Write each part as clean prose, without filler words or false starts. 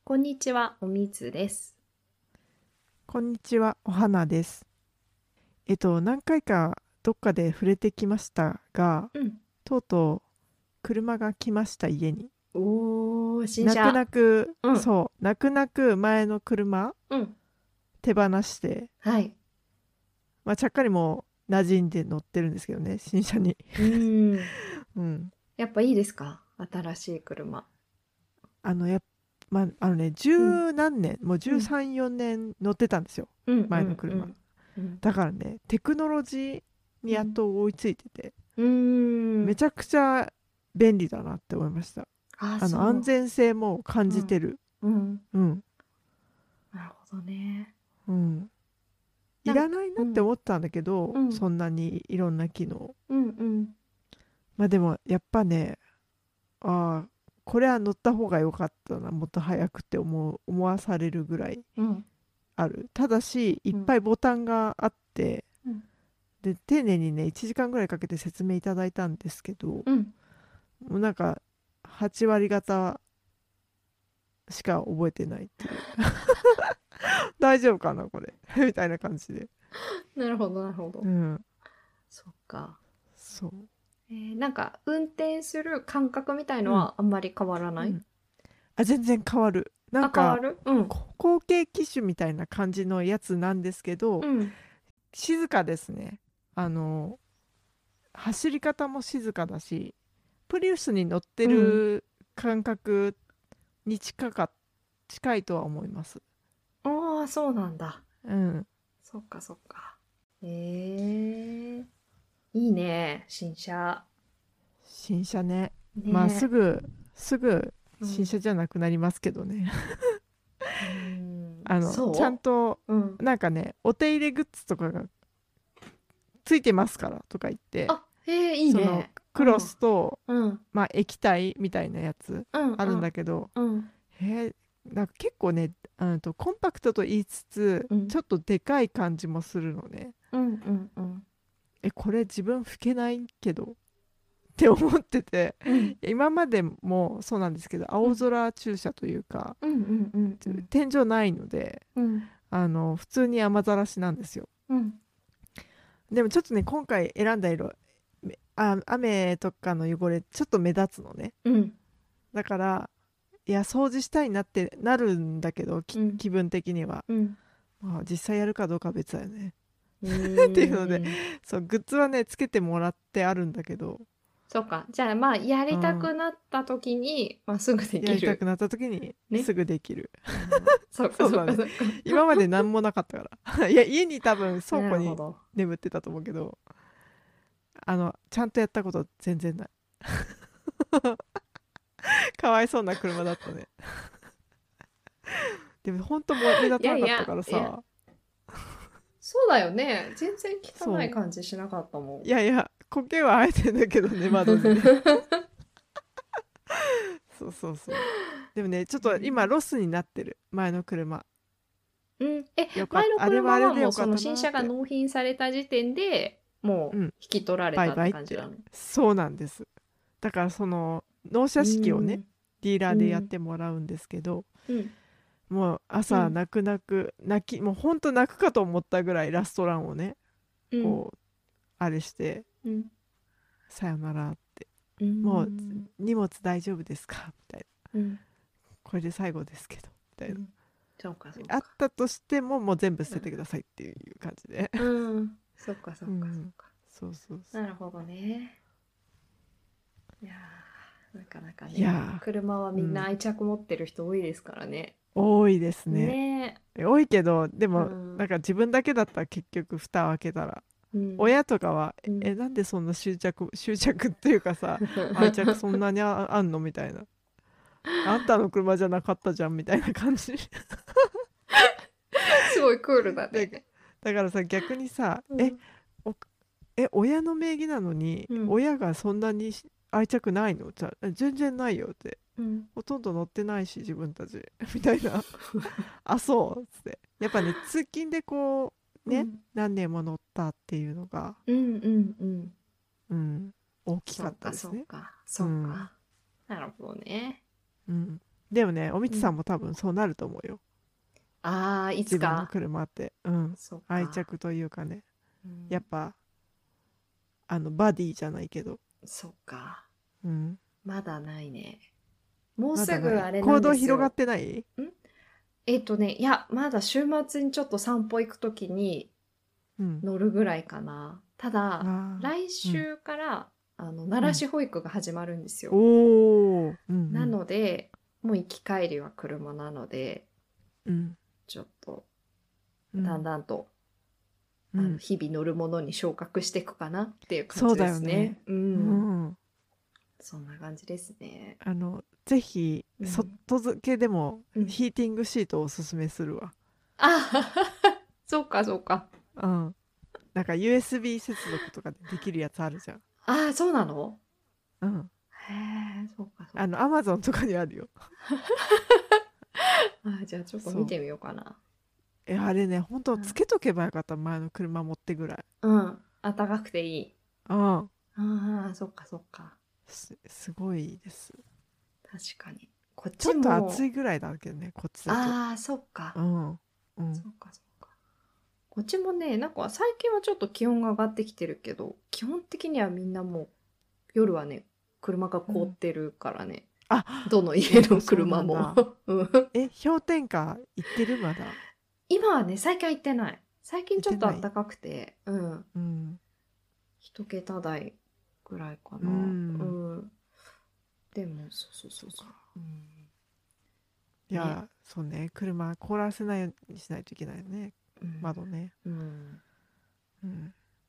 こんにちは、おみつです。 こんにちは、お花です。何回かどっかで触れてきましたが、 うん。 とうとう車が来ました、家に。 おー、新泣く泣車。 く、 うん。 そう、泣く泣く前の車、 うん。 手放して、 はい。 まあ、ちゃっかりもう馴染んで乗ってるんですけどね、新車に。 うーん。 うん。 やっぱいいですか？新しい車。 あの、やっまあ、 うん。 十何年、もううん。 13、4年乗ってたんですよ、 うん。うん。う前の車。 ん。うん。 だからね、テクノロジーにやっうん。 と追いついてて、 うーん。 めちゃくちゃ便利だなって思いました。 あ、 安そ全性も感う。うん。 じてる。 うん。 うん。 なるほどね。 うん。いなんか、 らないなってうん。 思ったんだけど、 うん。 そんなにいろんな機能。 うん。うん。 まあでも、やっぱね、ああ、これは乗った方が良かったな、もっと早くって思わされるぐらいうん。 ある。ただし、いっうん。 ぱいボタンがあって、 うん。 で、丁寧にね、1時間ぐらいかけて説明いただいたんですけど、 うん。 もうなんか、8割方しか覚えてないっていう。大丈夫かな、これ。みたいな感じで。 なるほど、なるほど。 うん。 そっか。 そう。 なんか、運転する感覚みたいのうん。 はあんまり変わらない？ うん。あ、全然変わる。なんあ、変わか、 る。うん。 後継機種みたいな感じのやつなんですけど、 うん。 静かですね。あの、走り方も静かだし、プリウスに乗ってうん。 る感覚に近いとは思います。 ああ、そうなんだ。 うん。 そっかそっか。えいいね、新車。 新車ね。まあ、 ねすぐえ。うん。 新車じゃなくなりますけどね。 うーん。 ちゃんそと、 う。うん。 なんかね、お手入れグッズとかがついてますからとか言って、 あ、へえ、いいそのね。うクロん。 スと、 うん。 まあ、液体みたいなやつうん。 あるんうん。 だけど、 うん。 なんか結構ね、コンパクトと言いつつうん。 ちょっとでかい感じもするのね。 うん。うん。うん。 これ自分拭けないけどって思ってて、 うん。 今までもそうなんですけど、青うん。 空駐車というか、 うん。うん。うん。うん。 天井ないので、 うん。 普通に雨ざらしなんですよ。 うん。 でもちょっとね、今回選んだ色、雨とかの汚れちょっと目立つのね。 うん。 だから、いや、掃除したいなってなるんだけど、 うん。 気分的には。 うん。 まあ、実際やるかどうかは別だよね。 うっていうので、 ーん。 そう、グッズはね、つけてもらってあるんだけど、 そっか。じゃあ、まあ、やりたくうん、 なった時に、まあ、すぐできる。 やりたくなった時にね。 すぐできる。 そっかそっそうだね。 かそっか。 今まで何もなかったから。いや、家に多分倉庫になるほど。 眠ってたと思うけど、ちゃんとやったこと全然ない。かわいそうな車だったね。でも本当も目立いやいたなかったかや、いや、 らさ、 そうだよね。全然汚いそう。 感じしなかったもいやいや、苔は生えてんだけどね、窓にね。 ん。 そうそうそう。でもね、ちょっと今ロスになってる。前の車。 うん。前のよかった。あれはあれ車はもうでよかったその新なって。 車が納品された時点でもううん。 引き取られバイたってバイって。 感じなの？ そうなんです。だから納う車式をね、 ーん。 ディーラーでやっうん。 てもらうんですけど、 うん。 もううん。 朝もうほんと泣くかと思ったぐらいラストランをね、 うん。 こう、あれして、 うん。 さよならって。 うーもうん。 荷物大丈夫ですかみたいな。 うん。 これで最後ですけど。みたいな。 うん。そうかそうあっか。 たとしてももう全部捨ててくださいっていう感じで。 うん。うん。そっかそっうん。 かそっか。 そうそうそう。 なるほどね。いやー、なかなかいね、 や車はー、うみんなん。 愛着持ってる人多いですからね。 多いですね。 ね多いけど、でえ。うも、なんん。 か自分だけだったら結局蓋を開けたら、 うん。 親とかは、 うん。 なんでそんな執着っていうかさ、愛着そんなにあんのみたいな。あんたの車じゃなかったじゃんみたいな感じ。 すごいクールだで、 ね。 だからさ、逆にさ、 うん。 お親の名義なのに、 うん。 親がそんなに愛着ないのじゃ全然ないよって。 うん。 ほとんど乗ってないし、自分たち。みたいな。あ、そうっつって。やっぱね、通勤でこう、ね、 うん。 何年も乗ったっていうのが、 うん。うん。うん。 うん、大きかっそうか、 たですね。 そうか、 うん、 そうか。なるほどね。 うん。 でもね、おみうん。 つさんも多分そうなると思うよ。 ああ、いつ自分のか。 車って。うん。 そっか。 愛着というかね。 うん。 やっぱ、バディじゃないけど。 そっか。 うん。 まだないね。もうすまだない。 ぐあれなんで行動広がっすよ。 てない？ んいや、まだ週末にちょっと散歩行くときにうん。 乗るぐらいかな。ただ、 ああ。 来うん。 週から、奈うん。 良市保育が始まるんですよ。 おー。うんうなん。 ので、もう行き帰りは車なので、 うん。 ちょっと、だんうん。 だんと、 うん。 日々乗るものに昇格していくかなっていう感そうじでだよね。 すね。ううん。 ん。 そんな感じですね。 ぜひ、 うん。 外付けでもうん。 ヒーティングシートをおすすめするわ。 あそうか、そうか。 うん。なんか USB 接続とかでできるやつあるじゃん。 ああ、そうなの。 うん。 へえ、そうか、そうか。 Amazon とかにあるよ。 じゃあちょっと見そう。 てみようかな。 あれね、本当うん。 つけとけばよかった。前の車持ってぐらい。 うん。暖かくていい。 うん。 ああ、そっか、そっか。 すごいです。 確かに。こっちちょっと暑も、 いぐらいだけどね、こっちだと。 ああ、そっか。 うん。うん。 そっか、そっか。こっちもね、なんか最近はちょっと気温が上がってきてるけど、基本的にはみんなもう夜はね、車がうん。 凍ってるからね、どあ、 の家のやっぱそう車も。 なんだ。 うん。 氷点下行ってるまだ？ 今はね、最近は行ってない。最近ちょっと行ってない？ 暖かくて、うん。 うん。 一桁台ぐらいかうな。うん。 ん。でも、そうそうそうそう。 そうか。 うん。ね。 いや、そうね。車凍らせないようにしないといけないよね。 うん。 窓ね。 うん。 うん。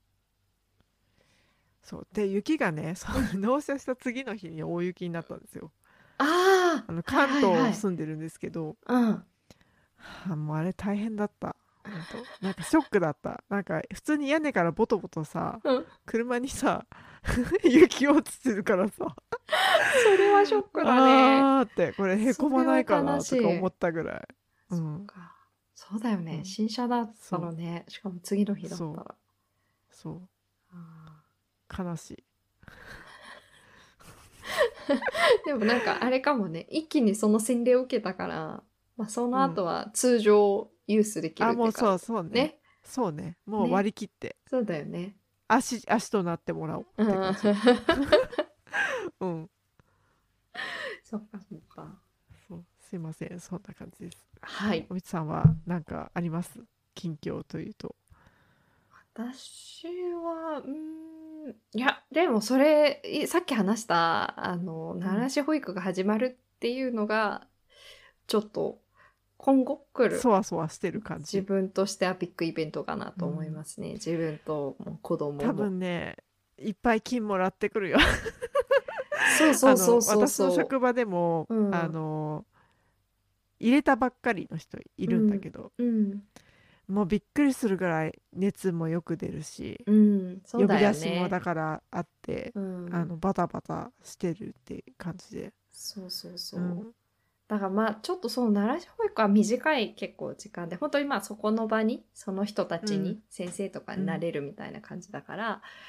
そう。で、雪がね、 うん。 納車した次の日に大雪になったんですよ。 ああ、はい関東はいはい。 住んでるんですけど、 うん。 もうあれ大変だった。本当なんかショックだった。なんか普通に屋根からボトボトさ、 うん。 車にさ、雪落ちてるからさ、 それはショックだね。 あーってこれへこまそれはないかな悲しい。 とか思ったぐらい。うそっん。 か。そうだよね。 うん。 新車だったそう。 のね。しかも次の日だっそう。 たら。 そあう。悲しい。 ーでもなんかあれかもね。一気にその洗礼を受けたから、まあその後うん。 は通常ユースできるっていうか、 もうそうそうね。 ね。 そうね。もうね。 割り切って、 そうだよね。 足となってもらおううん。 って感じ。うん。 そっかそっか。 そう。すいません。そんな感じです。 はい。 おみつさんは何かあります？近況というと。 私は、いや、でもそれ、さっき話した、 うん。 奈良市保育が始まるっていうのが、ちょっと今後来るそわそわしてる感自じ。 分としてはビッグイベントかなと思いうん。 ますね。自分とも子供多も。 分ね、いっぱい金もらってくるよ。 そうそうそうそう私のそ職場でも、 う。うん。 入れたばっかりの人いるんだうん。 けど、 うん。 もうびっくりするぐらい熱もよく出るし、 うん。そうだ呼び出よね。 しもだからあって、 うん。 バタバタしてるって感じで。 そうそうそう。 うん。 だからまあちょっとその奈良市保育は短い結構時間で本当にまあそこの場にその人たうん。 ちに先生とかうん。 になれるみたいな感じだから、 うん。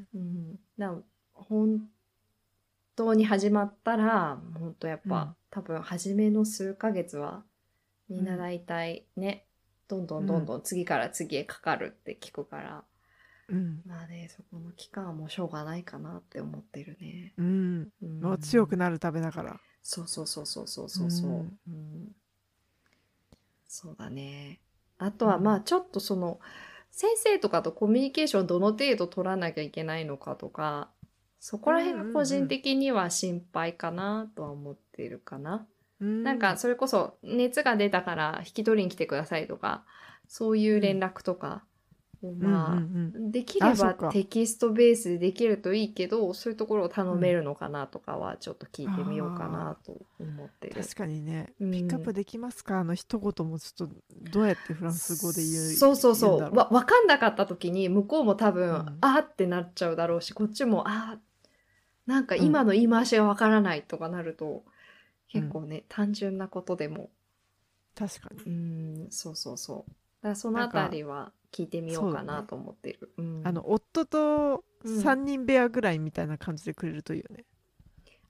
うん、本当に始まったら本当やっぱうん。 多分初めの数ヶ月はみうん。 んな大体ねどんどんどんうん。 どん次から次へかかるって聞くからうん。 まあねそこの期間はもうしょうがないかなって思ってるね。 うん。 うもう強くんなるためだから。 そうそうそうそうそううそうそん。 う。うんそうだね。あとはまあうん。 ちょっとその先生とかとコミュニケーションどの程度取らなきゃいけないのかとかそこうん。 ら辺が個人うん。 的には心配かなとは思っているかな。 うん。うん。 なんかそれこそ熱が出たから引き取りに来てくださいとかそういう連うん。 絡とかうん。うまあ、 ん。 できれあ、そっか。 ばテキストベースでできるといいけど、そういうところを頼うん。 めるのかなとかはちょっと聞いてみようかなああ。 と思ってる。 確かにね、ピックアッうん。 プできますか一言もちょっとどうやってフランス語でそうそうそう。 言うんだろわかんなかった時に向こうも多う。う分、 ん。 あーってなっちゃうだろうし、こっちも、なんかうん。 今の言い回しがわからないとかなると、 うん。 結構ね、単純なことでも、 確かに。 そうそうそう。だからそのあたなんか、 りは聞いてみようそうだね。 かなと思ってる。うん。 夫とうん。 3人部屋ぐらいみたいな感じでくれるといいよね。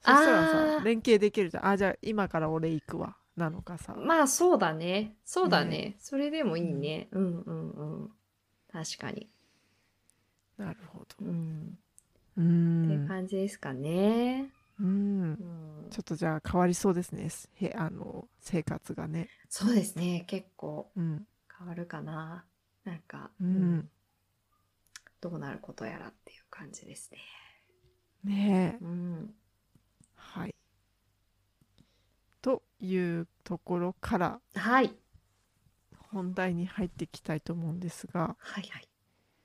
そしたらさあ連携できるじゃん。あ、じゃあ今から俺行くわなのかさ。 まあそうだね。そうだねね。それでもいえ、うん、 いね。うんうんうん。確かに。 なるほど。 うん。 うってん、 感じですかね。 うん。 うん。 ちょっとじゃあ変わりそうですね。生活がね。 そうですね。結構うん、 変わるかな。なんか、 ううん。 ん。 どうなることやらっていう感じですね。 ねえ。 うん。 はい。というところからはい。 本題に入っていきたいと思うんですが、 はいはい。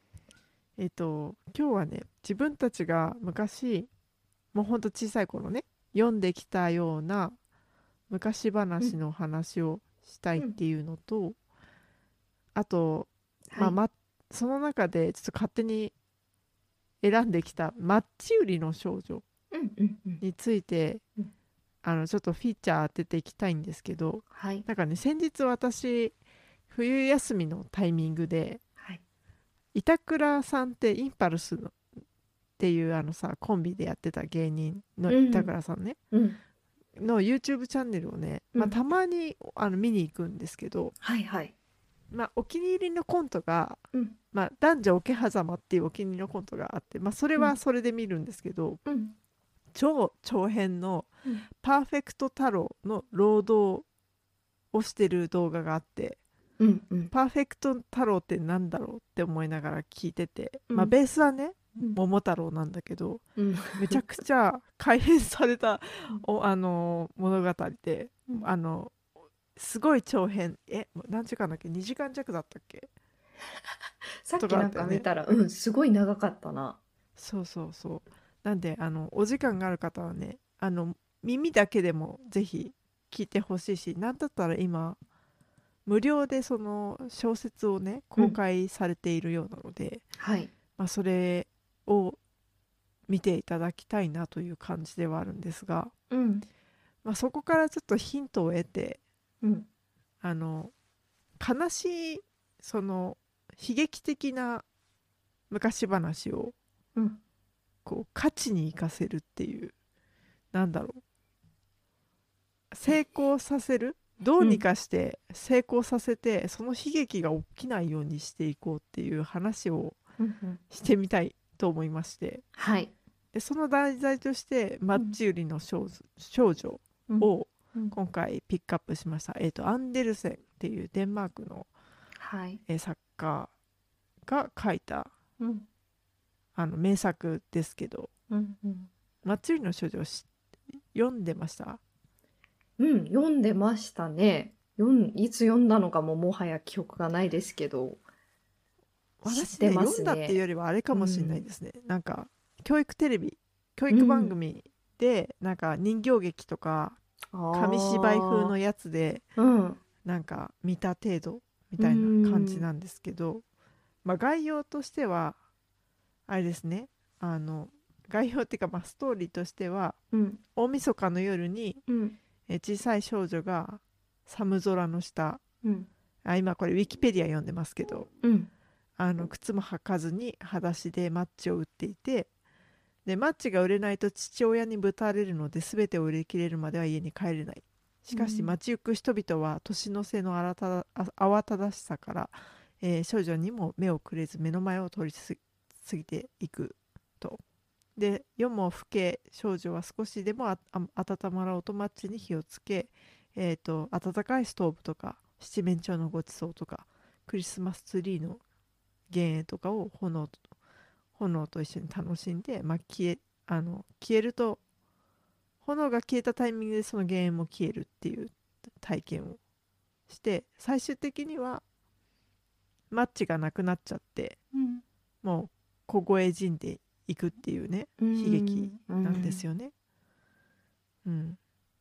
今日はね、自分たちが昔、もうほんと小さい頃ね、読んできたような昔うん。 話の話をしたいっうん。 ていうのと、あと、 はい。 その中でちょっと勝手に選んできたマッチ売りの少女うんうんうん。 について、 うん。 ちょっとフィーチャー当てていきたいんですけど、 はい。 なんかね、先日私、冬休みのタイミングで、 はい。 板倉さんってインパルスのっていうさ、コンビでやってた芸人の板うん。 倉さんね、 うん。 の YouTube チャンネルをね、 うん。 たまに見に行くんですけど、 はいはい。 お気に入りのコントが、 うん。 男女桶狭間っていうお気に入りのコントがあって、それうん。 はそれで見るんですけど、 うん。 超長編のうん。 パーフェクト太郎の労働をしてる動画があって、 うん。うん。 パーフェクト太郎ってなんだろうって思いながら聞いてて、 うん。 ベースはね、 うん。 桃太郎なんだけど、 うん。 めちゃくちゃ改編されたうん。 物語で、 うん。 あのすごい長編、何時間だっけ、2時間弱だったっけとさっきなんかあったよね。 か見たら、うん、すごい長かったな。 そうそうそう。なんでお時間がある方はね、耳だけでもぜひ聞いてほしいし、なんだったら今無料でその小説をね公うん。 開されているようなので、 はい。 それを見ていただきたいなという感じではあるんですが、 うん。 そこからちょっとヒントを得て、 うん。 あの悲しい、その悲劇的な昔話をうん。 こう価値に生かせるっていう、なんだろう、成功させる、どうにうん。 かして成功させて、その悲劇が起きないようにしていこうっていう話をうん。うん。 してみたいと思いまして、 はい。 でその題材としてマッうん。 チ売りの少女うん。 をうん。 今回ピックアップしました。アンデルセンっていうデンマークの、 はい。 作家が書いたうん。 名作ですけど、 うん。うん。 マッチ売りの少女読んでました？ うん、読んでましたね。いつ読んだのかももはや記憶がないですけど、知ってま私ね、読んだっていうすね。 よりはあれかうもしれないん。 ですね。なんか教育テレビ、教育番うん。 組でなんか人形劇とか紙芝居風のああ。 やつでうん。 なんか見た程度みうたいな感じん。 なんですけど、概要としてはあれですね。あの概要っていうか、ストーリーとしては、 うん。 大晦日の夜にうん。 小さい少女が寒空の下、 うん。 今これウィキペディア読んでますけど、 うん。 靴も履かずに裸足でマッチを売っていて、でマッチが売れないと父親にぶたれるので、全てを売り切れるまでは家に帰れない。しかしうん。 街行く人々は年の瀬の慌ただしさから、少女にも目をくれず目の前を通り過ぎていくと。で夜も更け、少女は少しでも温まろうとマッチに火をつけ、温かいストーブとか七面鳥のごちそうとかクリスマスツリーの幻影とかを炎と一緒に楽しんで、消えると、炎が消えたタイミングでその幻影も消えるっていう体験をして、最終的にはマッチがなくなっちゃって、 うん。 もう凍え死んでいくっていうね、 う悲劇ん。うなんですん。 よね。うん、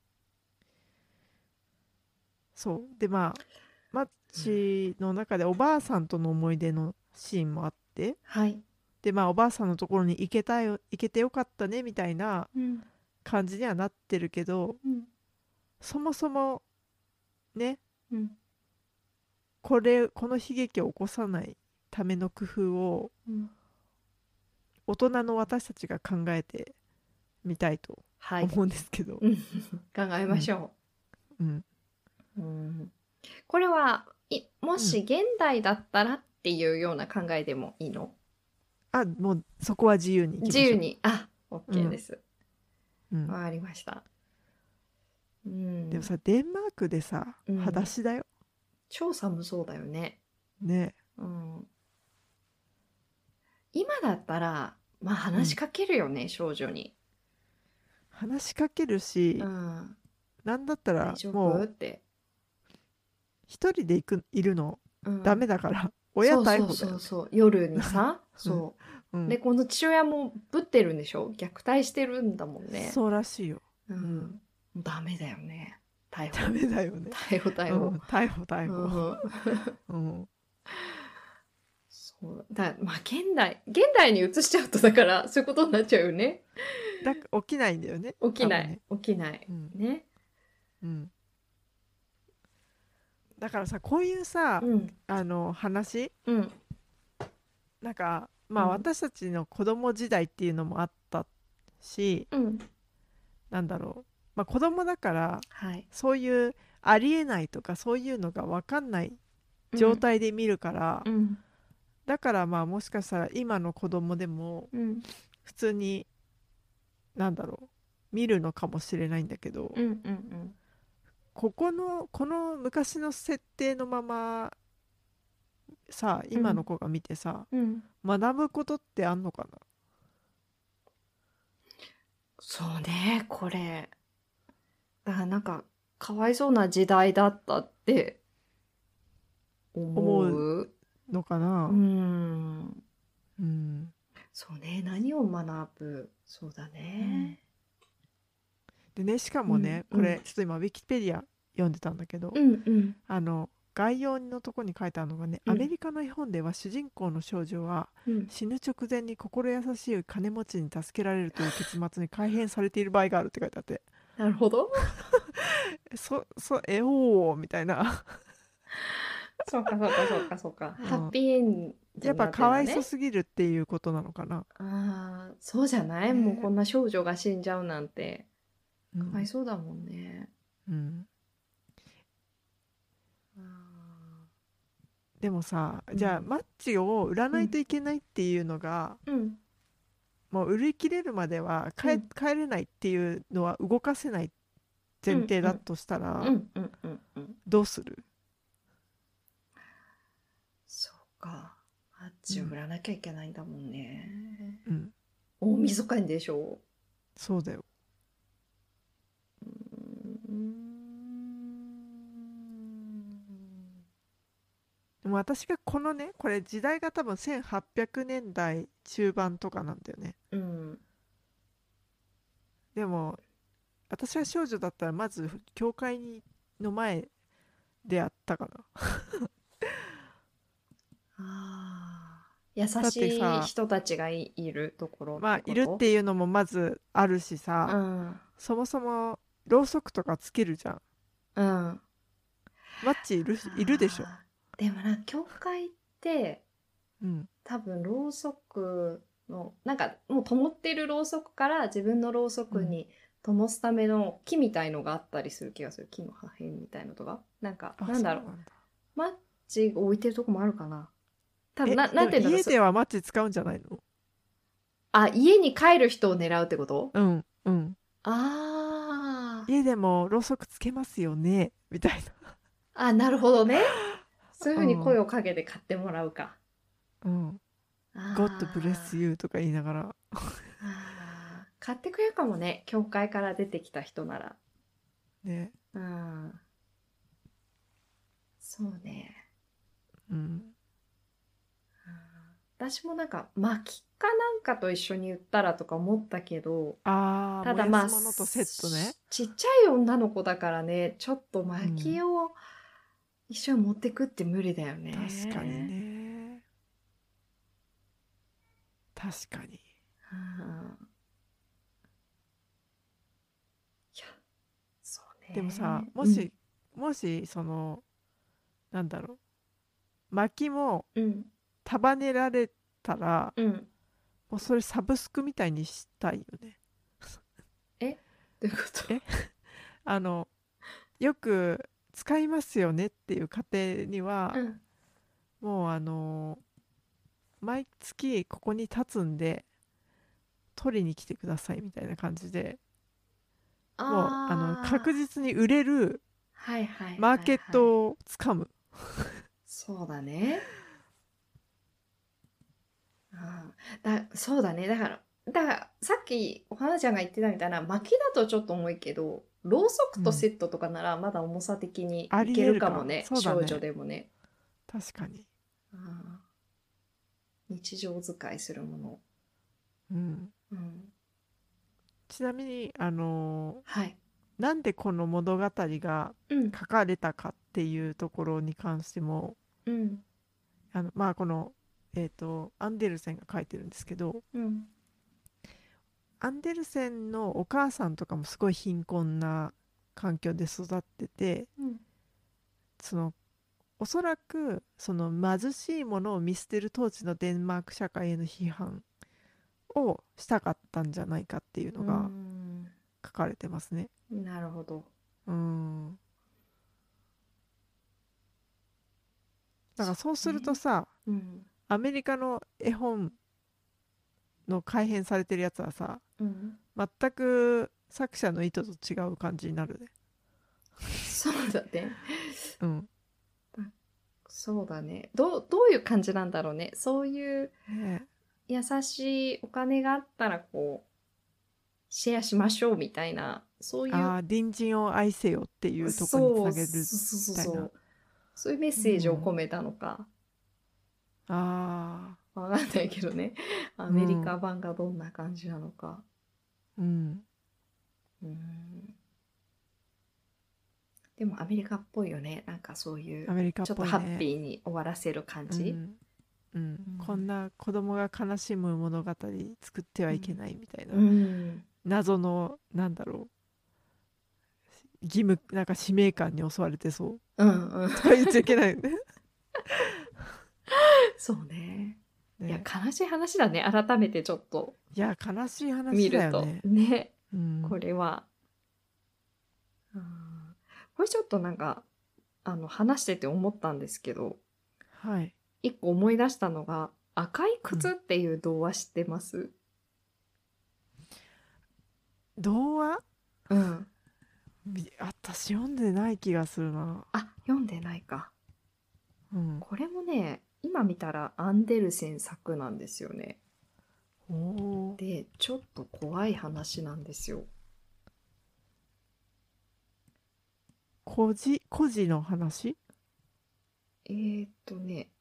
そうで、マッチの中でおばあさんとの思い出のシーンもあって、 はい。 でおばあさんのところに行けてよかったねみたいなうん。 感じにはなってるけど、 うん。 そもそもね、 うん。 この悲劇を起こさないための工夫をうん。 大人の私たちが考えてみたいとはい。 思うんですけど。 うん。考えうん。 ましょうん。 う。うん。これは、もうん。 し現代だったらっていうような考えでもいいの？ あ、もうそこは自由に行きましょ自由に、あ、 う。う OK でん。 す。 うん。 わかりました。うん。 でもさ、デンマークでさ、 うん。 裸足だよ。 超寒そうだよね。 ね。 うん。今だったら、まあうん。 話しかけるよね、少女に。 話しかけるうし、 ん。 なんだったら大丈夫もうって。 一人でいるのダメうん。 だから、親そうそう逮捕だよね。 そうそう。夜にさ、 うん。 そう。で、 うん。 この父親もぶってるんでしょ？虐待してるんだもんね。 そうらしいよ。 ううん。 ん。ダメだよね。逮ダ捕。 メだよね。 逮捕、逮捕。 うん。逮捕、逮捕。 うん。 うん。 そう。まあ、現代に移しちゃうと、だから、そういうことになっちゃうよね。 起きないんだよね。 起きない。 多分ね。 起きない。 うん。 ね。 うん。だからさ、こういうさ、 うん。 話うん。 なんか、まあうん。 私たちの子供時代っていうのもあったし、 うん。 なんだろう。まあ子供だから、 はい。 そういうありえないとかそういうのが分かんない状うん。 態で見るから、 うん。 だからまあもしかしたら今の子供でもうん。 普通に、なんだろ見るのかもしれないんだけど、 うん。うん。うん。 この昔の設定のままさ、 うん。 今の子が見てさ、 うん。 学ぶことってあんのかな。 そうね、これ。だからなんか、かわいそうな時代だったって思う思う。 のかうーな。 ん。 うん。 そうね、何を学ぶ？そうだうん。 ね。 でね、しかうん。 もね、 うん。 これちょっと今ウィキペディア読んでたんだけど、 うん。うん。 概要のとこに書いてあるのがね、 うん。 アメリカの絵本では主人公の少女はうん。 死ぬ直前に心優しい金持ちに助けられるという結末に改変されている場合があるって書いてあって、 なるほど。 おーみたいな。 そうか、そうか、そうか、そうか。 うん、 ハッピーエンドやっぱになってかわいそんだね。 すぎるっていうことなのかな。 ああ、そうじゃない？もうこね。 んな少女が死んじゃうなんて。かわいうん。 そうだもんね。 うん。 あでもさ、 ーうん。 じゃあマッチを売らうん。 ないといけないっていうのが、 うん。 もう売り切れるまではうん。 帰れないっていうのは動かせない前うん。うん。 提だとしたら、 うん。うん。うん。うん。 どうする？ そうか。マッチを売うん。 らなきゃいけないんだもんね。 うん。 大晦日にでしょそうだよ。 う？ーでも私がこれ時代が多分1800年代中盤とかなんだよね。 うん。 でも私は少女だったらまず教会の前であったかな。 ああ。優だってしいさ、 人たちがいるところっまあいるってこと？ ていうのもまずあるしさ、 うん。 そもそもろうそくとかつけるじゃん。 うん。 マッチいるでしょ。 ああ。でもな、教会って、 うん。 多分ろうそくのなんかもう灯ってるろうそくから自分のろうそうん。 くに灯すための木みたいのがあったりする気がする。木の破片みたいのとかなんかあ、 なんだろう、 そうなんだ。 マッチ置いてるとこもあるかな。多分なでもんて言うんだろう。 家ではマッチ使うんじゃないの？ あ、家に帰る人を狙うってこと？ うん、うん。 あ家でもろうそくつけますよねみたいなるほどね。そういうふな。ううに声ん、 をかけて買ってもらうか。 うん。God あ bless you とか言いながら。 買ってくれるかもね。教会から出てきた人なら。 ね。 うん。そうね。 うん。 私もなんか薪かなんかと一緒に言ったらとか思ったけど、 ああ、燃やただまあすものとセットね。 ちっちゃい女の子だからね、ちょっとうん。 薪を一緒に持ってくって無理だよ確かにね。 ね。確かに。 うん、いや、そうでもさ、 ね。うん。 もし、なんだろ薪もうん。 束ねられたら、 うん。 もうそれサブスクみたいにしたいよね。 えどういうこと？ えあのよく使いますよねっていう家庭には、 うん。 もう毎月ここに立つんで取りに来てくださいみたいな感じで、もう確ああ、 実に売れるはいはいマーケッはいはい。 トをつかむ。 そうだね。そうだね。だからさっきお花ちゃんが言ってたみたいな薪だとちょっと重いけど、ろうそくとセうん、 ットとかならまだ重さ的にありえいけるるか。 かもね。少女そうだね。 でもね。 確かに。 あー日常使いするもの。 うん。 うん。 ちなみにはい。 なんでこの物語がうん。 書かれたかっていうところに関しても、 うん。 まあこのアンデルセンが書いてるんですけど、 うん。 アンデルセンのお母さんとかもすごい貧困な環境で育ってて、 うん。 そのおそらくその貧しいものを見捨てる当時のデンマーク社会への批判をしたかったんじゃないかっていううーのがん。 書かれてますね。 なるほど。 うん。だからそうするとそうね。 さ、 うん。 アメリカの絵本の改編されてるやつはさ、 うん。 全く作者の意図と違う感じになるね。 そうだね。 うん。 そうだね。どういう感じなんだろうね。そういうね優しいお金があったらシェアしましょうみたいな、そうえ、 いう、 隣人を愛せよっていうとこにつそう、 なげるそうそうそうみたいな。 そう、そういうメッうセージを込ん。 めたのか、 ああ、 わかんないけどね。アメリうん、 カ版がどんな感じなのか。 うん。 うん。でもアメリカっぽいよね。なんかそういう、 アメリカっちょっとハッぽいね。 ピーに終わらせる感じ。 うん、うん。 うん。 こんな子供が悲しむ物語作ってはいけないみたいうなん。 謎の、なんだろう、義務、なんか使命感に襲われてそううんうん。 とか言っちゃいけないよね。 そうね。いや、 ね。 悲しい話だね。改めてちょっといや、悲しい話だ見ると。 よね。 ね。こうん。 れは。うん、これちょっとなんか、話してて思ったんですけど、 はい。 一個思い出したのが、赤いうん。 靴っていう童話知ってます？ 童話、 うん。 私読んでない気がするな。 あ、読んでないか。 うん。 これもね、今見たらアンデルセン作なんですよね。 おお。 で、ちょっと怖い話なんですよ。 孤児の話。 ね、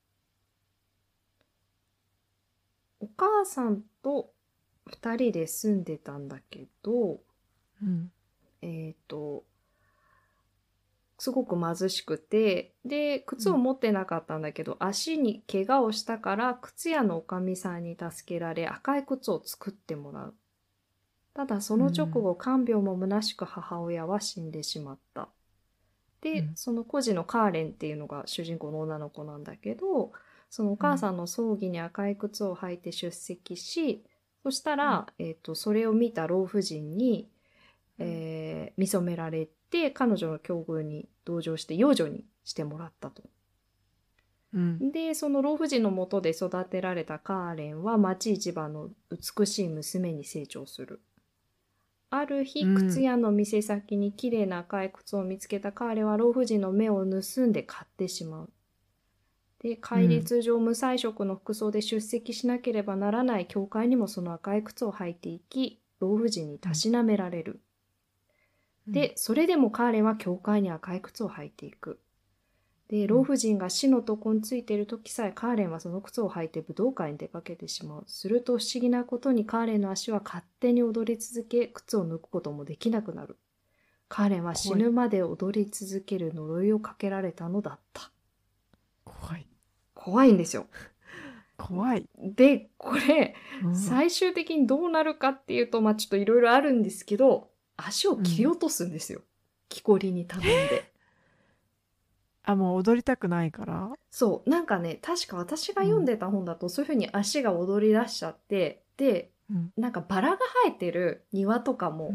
お母さんと二人で住んでたんだけど、 うん。 えっと、すごく貧しくて、で、靴をうん。 持ってなかったんだけど、足に怪我をしたから、靴屋のおかみさんに助けられ、赤い靴を作ってもらう。ただ、そうの直ん。 後、看病も虚しく母親は死んでしまった。で、 うん。 その孤児のカーレンっていうのが主人公の女の子なんだけど、そのおうん。 母さんの葬儀に赤い靴を履いて出席し、そしたうん。 ら、それを見た老婦人に、 うん。 見初められて、彼女の境遇に同情して養女にしてもらったと。 うん。 で、その老婦人のもとで育てられたカーレンは町一番の美しい娘に成長する。ある日、靴うん。 屋の店先に綺麗な赤い靴を見つけたカーレンは老婦人の目を盗んで買ってしまう。で、戒うん。 律上無彩色の服装で出席しなければならない教会にもその赤い靴を履いていき、老婦人にたしなめられる。 うん。 で、それでもカーレンは教会に赤い靴を履いていく。で、老婦人が死の床についている時さえカーレンはその靴を履いて武道会に出かけてしまう。すると不思議なことにカーレンの足は勝手に踊り続け、靴を脱くこともできなくなる。カーレンは死怖い。 ぬまで踊り続ける呪いをかけられたのだった。 怖い。 怖いんですよ。 怖い。 で、これ、 うん。 最終的にどうなるかっていうと、まあちょっといろいろあるんですけど、足をうん。 切り落とすんですよ。木こりに頼んで。 あ、もう踊りたくないから。 そう、なんかね、確か私がうん。 読んでた本だと、そういう風に足が踊り出しちゃって、で、 うん。 なんかバラが生えてる庭とかも、 うん。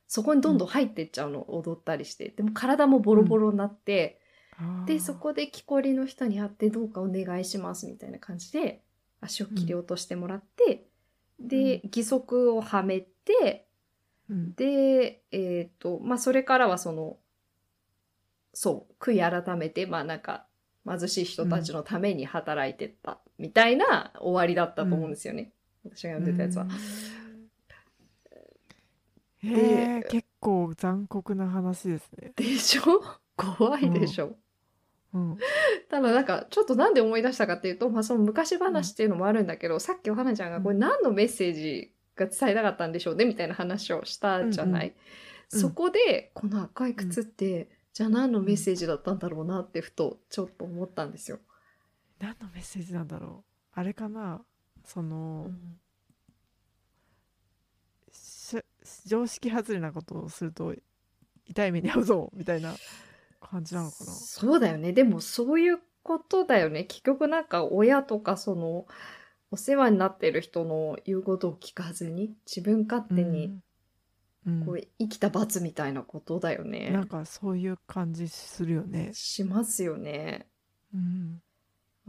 そこにどんどん入ってっちゃうの、踊ったりして。でも体もボロボロになって、で、そあこで木こりの人に会って、どうかお願いしますみたいな感じで、足をー、 切り落としてもらって、で、 うん義足をはめて、 うんで、まあ、それからはそう、悔い改めて、まあなんか、貧しい人たちのために働いてったみたいな終わりだったと思うんですよね。私が読んでたやつは。 ん。 で、 結構残酷な話ですね。 でしょ？怖いでしうんょ？ うんただなんか、ちょっとなんで思い出したかっていうと、まあその昔うん話っていうのもあるんだけど、さっきお花ちゃんがこれ何のメッセージが伝えたかったんでしょうねみたいな話をしたうんうんじゃない？そうんこで、この赤いうん靴って、じゃあ何のうん。 メッセージだったんだろうなってふとちょっと思ったんですよ。 何のメッセージなんだろう。あれかな、そのうん、 し常識外れなことをすると痛い目に遭うぞみたいな感じなのかな。 そうだよね。でもそういうことだよね。結局なんか親とかお世話になってる人の言うことを聞かずに自分勝手にうんうん生きた罰みたいなことだよなんね。 かそういう感じするよね。 しますよね。 うんうん。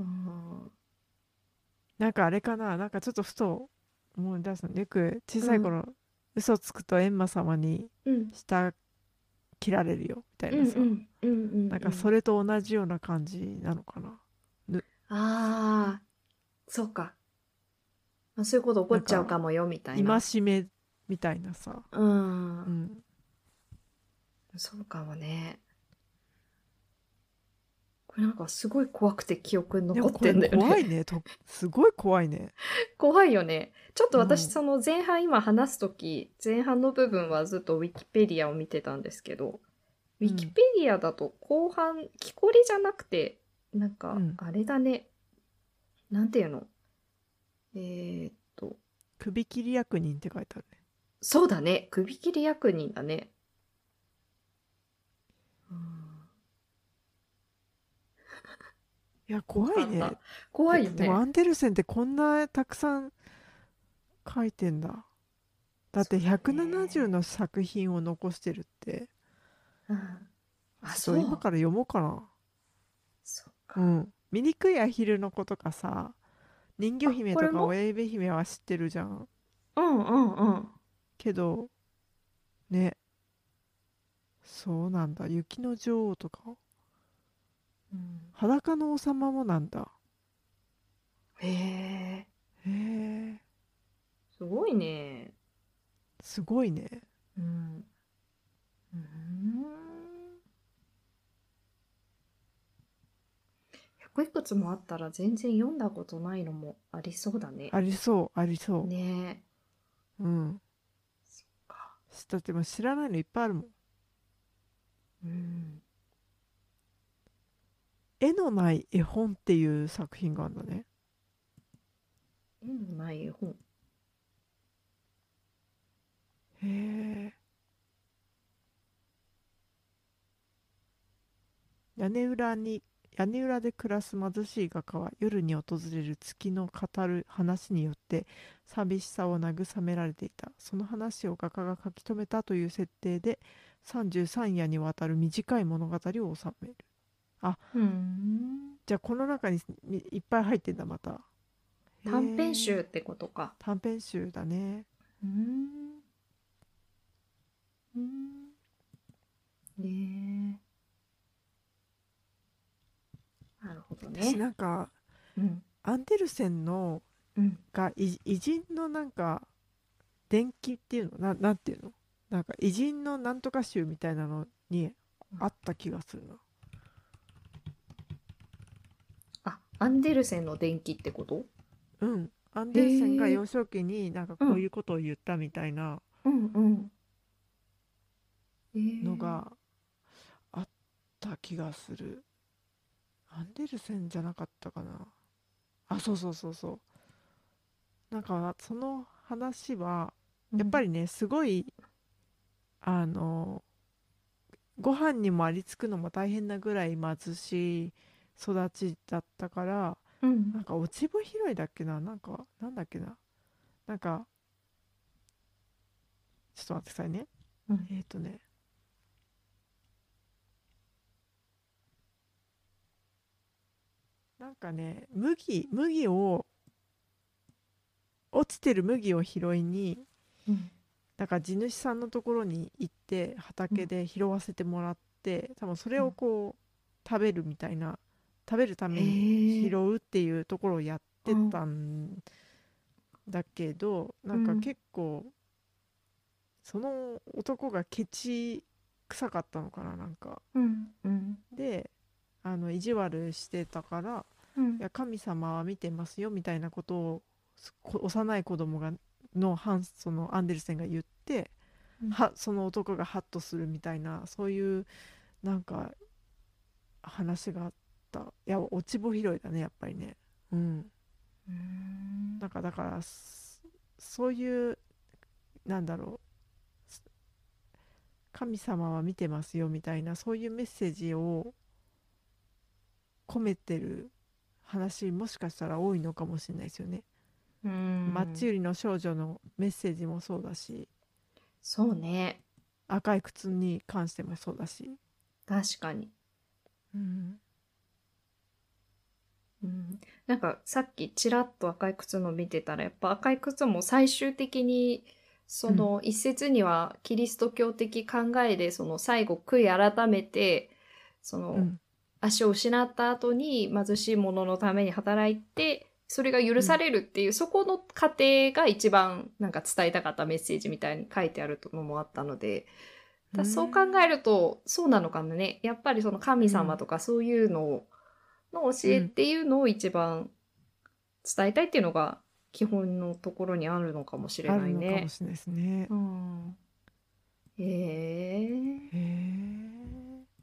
なんかあれかな、なんかちょっとふと思い出すの、よく小うん。 さい頃嘘つくと閻魔様にうん。 舌切られるよみたいうんうなさ、 んうんうんなんかそうん。 れと同じような感じなのかな。ぬああ、そうか。まあ、そういうこと起こっちゃうなんかかもよみたいな。 戒めみたいなさ。 うん。 うん。 そうかもね。これなんかすごい怖くて記憶に残ってでもこれんだよね。 怖いね。すごい怖いね。 怖いよね。ちょっと私うんその前半今話すとき、前半の部分はずっとウィキペディアを見てたんですけど、ウィキうんペディアだと後半、木こりじゃなくて、なんか、 うんあれだね。なんていうの？えーっと、 首切り役人って書いてあるね。 そうだね。首切り役人だね。うん、 いや怖怖いね。 かった。怖いよね。 でもアンデルセンってこんなたくさん書いてんだ。だってそうだ 170 ね。 の作品を残してるって。 うん。あ、 ちょっとそう。 今から読もうかな。 そっか。 うん。醜いアヒルの子とかさ、人魚あ、 姫とかこれも？ 親指姫は知ってるじゃん。 うんうんうん。 けど、ね、そうなんだ。雪の女王とか、 うん、 裸の王様もなんだ。 へえ、 へえ、 すごいね。 すごいね。 うん。うん。100いくつもあったら全然読んだことないのもありそうだね。 ありそう、ありそねえ。 う。うん。 そっか。 だってもう知らないのいっぱいあるもん。 うん。 絵のない絵本っていう作品があるんだね。 絵のない絵本。 へえ。屋根裏に屋根裏で暮らす貧しい画家は夜に訪れる月の語る話によって寂しさを慰められていた。その話を画家が書き留めたという設定で33夜にわたる短い物語を収める。あ、 うん。 じゃあこの中にいっぱい入ってんだまた。へ短編集え。 ってことか。 短編集だね。 うん。うん。ねえ。なるほど私ね。 なんかうん。 アンデルセンのうん。 偉人のなんか伝記っていうのなんていうの、なんか偉人のなんとか集みたいなのにあった気がするな。 あ、アンデルセンの伝記ってこと？ うん。アンへデルセンがえ。 幼少期になんかうん。 こういうことを言ったみたいなうんうん。へえ。 のがあった気がする。アンデルセンじゃなかったかな。あ、そうそうそうそう。なんかその話はうん。 やっぱりね、すごいあのご飯にもありつくのも大変なぐらい貧しい育ちだったから、 うん。 なんか落ち穂拾いだっけな、なんか、なんだっけな、なんか、ちょっと待ってくださいね。 うん。 えっとねなんかね麦を落ちてる麦を拾いに、 うん。 だから地主さんのところに行ってうん。 畑で拾わせてもらって、多分それうん。 をこう食べるみたいな、食べるために拾へえ。 うっていうところをやってうん。 たんだけど、なんかうん。 結構その男がケチ臭かったのかな、なんか。 うん。うん。 で意地悪してたから、 うん。 いや神様は見てますよみたいなことを幼い子供がそのアンデルセンが言って、 うん。 その男がハッとするみたいな、そういうなんか話があった。いや落ち穂拾いだねやっぱりね。うん。 うーん。 なんかだからそういうなんだろう、神様は見てますよみたいな、そういうメッセージを込めてる話、もしかしたら多いのかもしれないですよね。 うーん。 マッチ売りの少女のメッセージもそうだし、 そうね。 赤い靴に関してもそうだし。 確かに。 うん。 うん。なんかさっきちらっと赤い靴の見てたら、やっぱ赤い靴も最終的にそうんの一説にはキリスト教的考えで、その最後悔い改めてそのうん足を失った後に貧しい者のために働いて、それが許さうんれるっていう、そこの過程が一番なんか伝えたかったメッセージみたいに書いてあるのもあったので、 うそう考えんるとそうなのかもね。やっぱりその神様うんとかそういうの教えっうんていうのを一番伝えたいっていうのが基本のところにあるのかもしれあるのかもないね。 しれないですね。 うん。へえ。 へえ。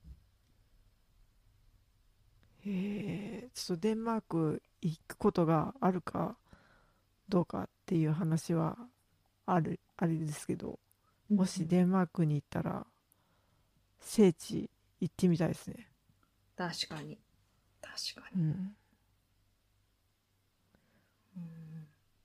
へえ。ちょっとデンマーク行くことがあるかどうかっていう話はあれですけど、もしうんうん。 デンマークに行ったら聖地行ってみたいですね。 確かに。確かに。 うん。 うん。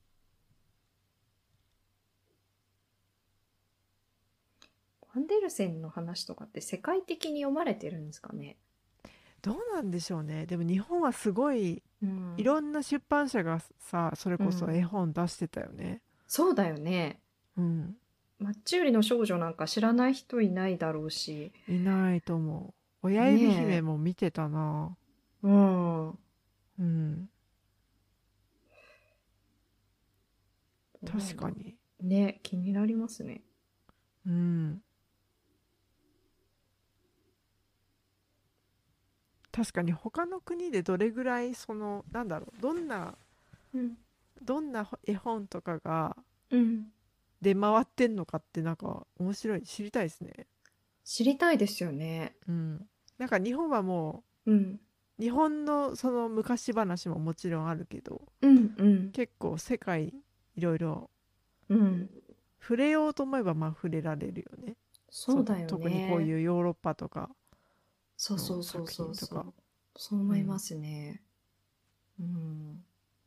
ファンデルセンの話とかって世界的に読まれてるんですかね。 どうなんでしょうね。でも日本はすごいうん。 いろんな出版社がさ、それこそうん。 絵本出してたよね。 そうだよね。 うん。 マッチ売りの少女なんか知らない人いないだろうし。 いないと思う。親指姫ねも見てたな。 え。うん。 うん。 どうなんだろ確かに。 う。ね、気になりますね。 うん。確かに他の国でどれぐらいそのなんだろう、 うん。 どんな絵本とかがうん。 出回ってんのかって、なんか面白い、知りたいですね。 知りたいですよね。 うん。なんか日本はもうん。 う日本のその昔話ももちろんあるけど、 うん。うん。 結構世界いろいろうん。 触れようと思えばまあ触れられるよね。そそうだよの特にこうね。 いうヨーロッパとかそうそのうそう作そう品とか。 そう。そう思いまうん。 すね。うん。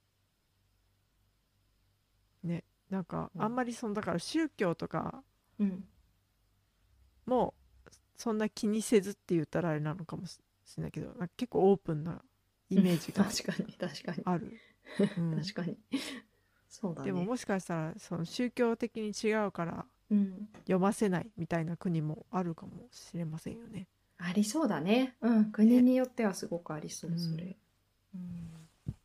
ね。なんかうん。 あんまりそのだから宗教とかうん。 もそんな気にせずって言ったらあれなのかもしれないけど、なんか結構オープンなイメージが確かに、確かに。 ある。うん。 確かに。そうだね。 でももしかしたらその宗教的に違うからうん。 読ませないみたいな国もあるかもしれませんよね。 ありそうだね。うん。国ね。 によってはすごくありそう、そうん。 れ。うん。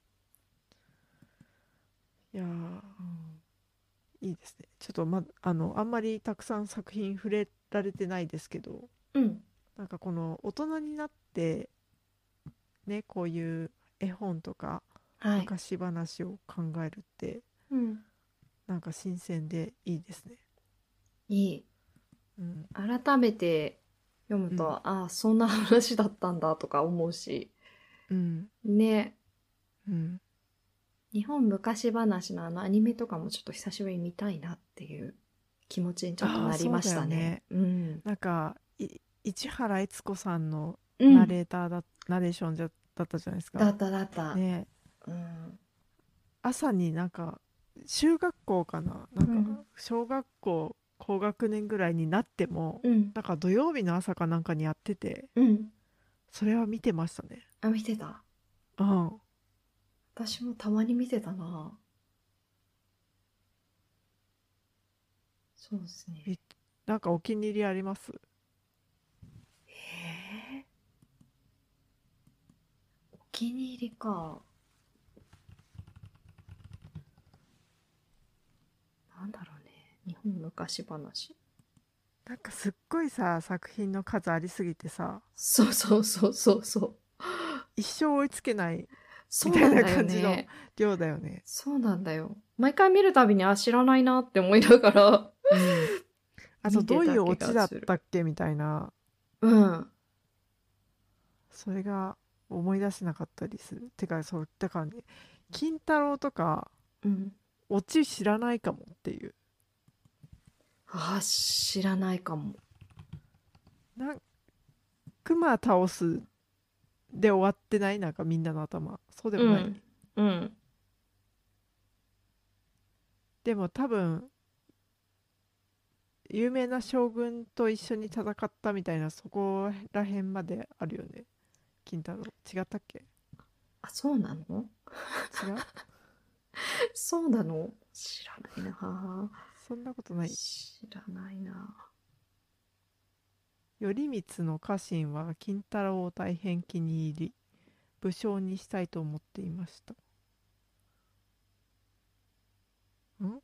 いやー、 うん。 いいですね。ちょっとあんまりたくさん作品触れられてないですけど、 うん。 なんかこの大人になってね、こういう絵本とかはい。 昔話を考えるってうん。 なんか新鮮でいいですね。 いい。 うん。 改めて読むと、 うん。 ああ、そんな話だったんだとか思うし。 うん。 ね。 うん。 日本昔話のあのアニメとかもちょっと久しぶりに見たいなっていう気持ちにちょっとああ、 なりまそうだしたね。 よね。 うん。 なんか市原悦子さんのうん。 ナレーションだったじゃないですか。 だっただった。 ね。 うん。 朝になんか中学校かな、なんかうん。 小学校高学年ぐらいになってもうんなんか土曜日の朝かなんかにやってて、 うんそれは見てましたね。 あ、見てた。 うん。 私もたまに見てたな。そうですね。 みなんかお気に入りあります？ えお気に入りか。なんだろうね。日本昔話。 なんかすっごいさ、作品の数ありすぎてさ、 そうそうそうそうそう。 一生追いつけないみたいなそうなんだよ感じのね。 量だよね。 そうなんだよ。毎回見るたびに、あ、知らないなって思いながらうん。あと見てどういうオた気チだったがする。 っけみたいな、 うん。 それが思い出せなかったりする。てか、そう、だからね、金太郎とか、 うん。 オチ知らないかもっていう。 あ、知らないかも。 なん熊倒すで終わってない？なんかみんなの頭。そうでもない？ うん。うん。 でも多分、有名な将軍と一緒に戦ったみたいな、そこら辺まであるよね。金太郎。違ったっけ？ あ、そうなの？ 違う？ そうなの？知らないな。 そんなことない？ 知らないな。 頼光の家臣は金太郎を大変気に入り、武将にしたいと思っていました。ん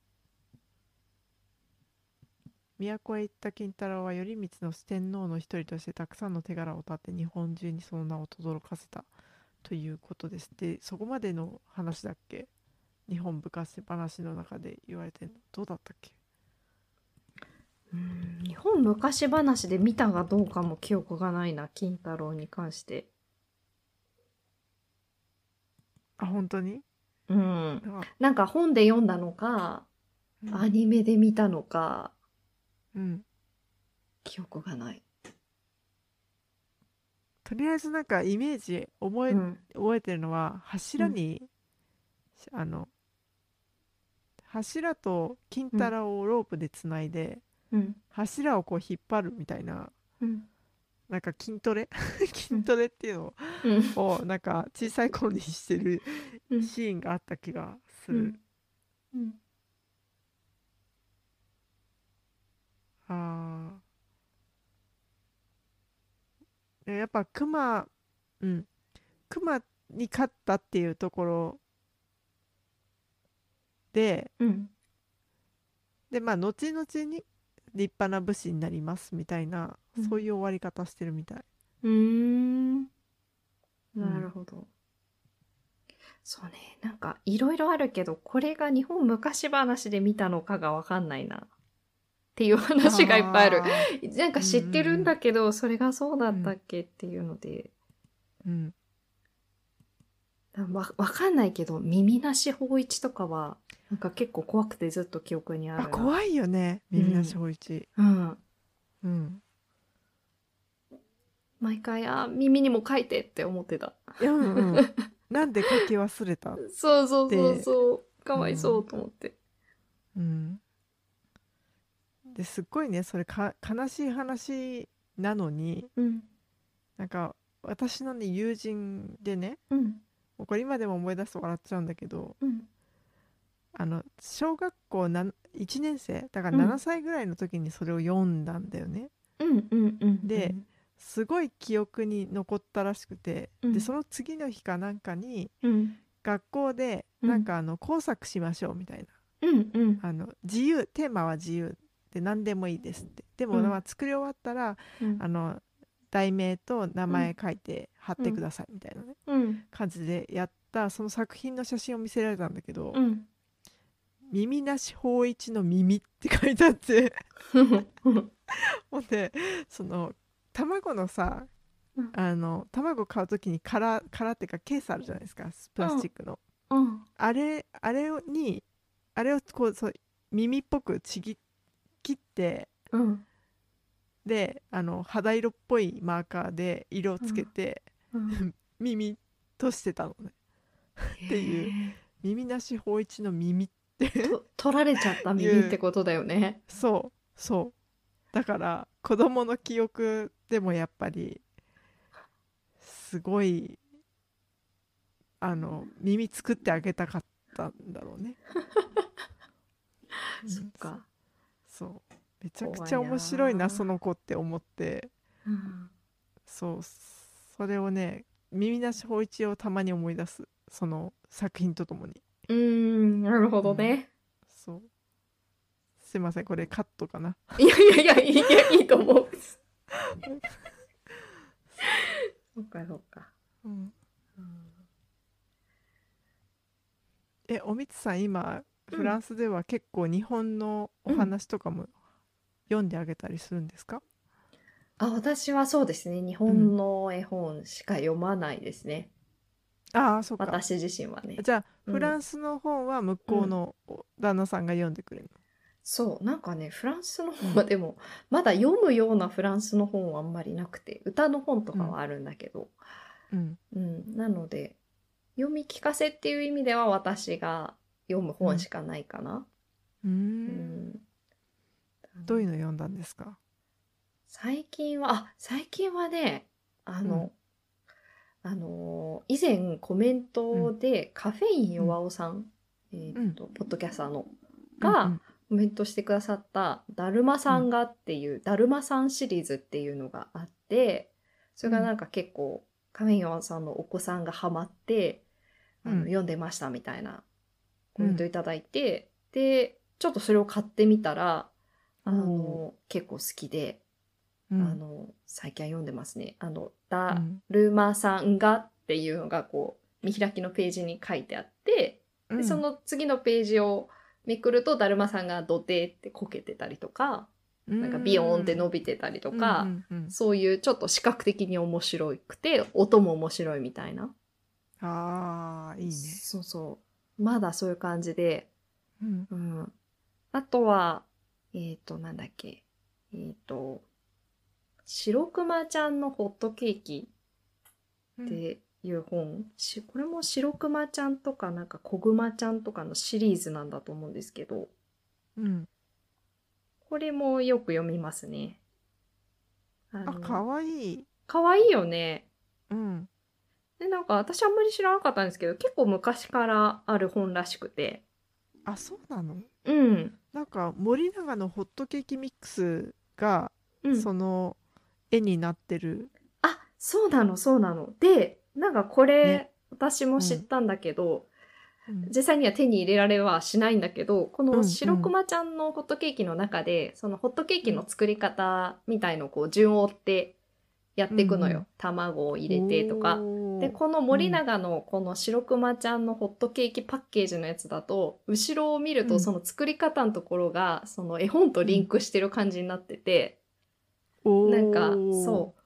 都へ行った金太郎は頼光の四天王の一人としてたくさんの手柄を立って日本中にその名を轟かせたということです。で、そこまでの話だっけ？日本昔話の中で言われてんの。どうだったっけ？ 日本昔話で見たがどうかも記憶がないな、金太郎に関して。 あ、本当に？ うん。 なんか、 なんか本で読んだのか、 うん、 アニメで見たのか、 うん。 記憶がない。 とりあえずなんかイメージうん。 覚えてるのは、 うん。 あの柱と金うん。 太郎をロープでつないでうん。 柱をこう引っ張るみたいな、 うん。 なんか筋トレうん。 筋トレっていうのうん。 をなんか小さい頃にしてるうん。 シーンがあった気がする。 うん。うん。 あやっぱうん熊に勝ったっていうところで、 うん。 まあ後々に立派な武士になりますみたいな、 うん。 そういう終わり方してるみたい。 うーん。なるうん。 ほど。そうね。なんかいろいろあるけど、これが日本昔話で見たのかがわかんないな。っていう話がいっぱいある。 ああ、 なんかうんう知ってるんんだけど、それがそうだうんうんったっけっていうので、 うんわかんないけど、耳なし芳一とかは、なんか結構怖くてずっと記憶にあるな。 怖いよね、耳なしうん。 芳一。 うん。 うん。 毎回、あ、耳にも書いてって思ってた。 うんうん。なんで書き忘れたっそうそうそうて。 そう。かわいそううん。 と思って。 うん。ですっごいね、それ悲しい話なのに、 うん。 なんか私のね、友人でね、 うん。 もうこれ今でも思い出すと笑っちゃうんだけど、 うん。 小学校1年生だから7 うん。 歳ぐらいの時にそれを読んだんだよね。 うん。うん。うん。うで、 ん。 すごい記憶に残ったらしくて、で、 うん。 その次の日かなんかに、 うん。 学校でなんか工作しましょうみたいな。 うん。うん。 テーマは自由で何でもいいですって。でも、まうん。 あ、作り終わったら、 うん。 あの、題名と名うん。 前書いて貼ってくださいみたいなね、 うん。 感じでやったその作品の写真を見せられたんだけど、 うん。 耳なし芳一の耳って書いてあってほんで、その、卵のさ、 うん。 卵買うときに殻っていうかケースあるじゃないですか、プラスチックの。 うん。 あれをこう、そう、耳っぽく切って、 うん。 で、肌色っぽいマーカーで色をつけうん。 て、 うん。 耳としてたのね。 へっていう、 え。 耳なし芳一の耳っって取られちゃったい耳ってう、 ことだよね。 そうだから子供の記憶でもやっぱりすごい耳作ってあげたかったんだろうね。うん、 そっか。 そうめちゃくちゃ怖い面白いななその子って思って、 ぁ。うん。 そうそれをね、耳なし芳一をたまに思い出す、その作品とともに。 なるほうん、 どね。 そうすいませんこれカットかな。 いやいやいや、いいと思う。そっかそっか。 うん、 うん。 おみつさん今フラうん。 ンスでは結構日本のおうん。 話とかも読んであげたりするんですか？ 私はそうですね。日本うん。 の絵本しか読まないですね。 ああ、そっか。 私自身はね。 じゃあうん。 フランスの本は向うん。 こうの旦那さんが読んでくれるそう、なんかね、フランスのの？う本はんでも、まだ読むようなフランスの本はあんまりなくて、歌の本とうんかはあるんだけど、 うんなので、読み聞かせっていう意味では私が読むうん本しかないかな。 うーうん。 ん。 どういうの読んだんですか？ 最近はね、あうんの、以前コメンうんトでカフェインうん弱尾さん、 うんポッドキャスターの、がうんコメントしてくださっただるまうんさんがっていう、だるまさんシリーズっていうのがあって、それがなんか結構カフェイン弱尾さんのお子さんがハマって、 うん読んでましたみたいなコうんメントいただいて、で、ちょっとそれを買ってみたら、 おお結構好きで、 うん最近は読んでますね。だうんるまさんがっていうのがこう、見開きのページに書いてあって、で、そうんの次のページをめくると、だるまさんが土手ってこけてたりとか、 うーなんかビヨーンって伸んびてたりとうか、 んうんそういうちょっと視覚的に面白くて、音も面白いみたいな。 ああいいね。 そうそう。まだそういう感じで、 うんうん。あとは、なんだっけ。白熊ちゃんのホットケーキうんっていう本。これも白熊ちゃんとかなんか小熊ちゃんとかのシリーズなんだと思うんですけど、 うんこれもよく読みますね。 かわいい。 かわいいよね。 うんで、なんか私あんまり知らなかったんですけど、結構昔からある本らしくて。 あ、そうなの？ うん。 なんか森永のホットケーキミックスがうん。 その絵になってるあ、そうなの、そうなの。で、なんかこね。 れ、私もうん知ったんだけど、 うん実際には手に入れられはしないんだけど、こうのんうん白熊ちゃんのホットケーキの中で、そのホットケーキのうん作り方みたいのをこう順を追ってやっうていくのよ。 ん卵を入れてとか。で、 おーこのうん森永のこの白熊ちゃんのホットケーキパッケージのやつだと、後ろを見るうんとその作り方のところが、その絵本とうんリンクしてる感じになってて、なんか、 おーそう。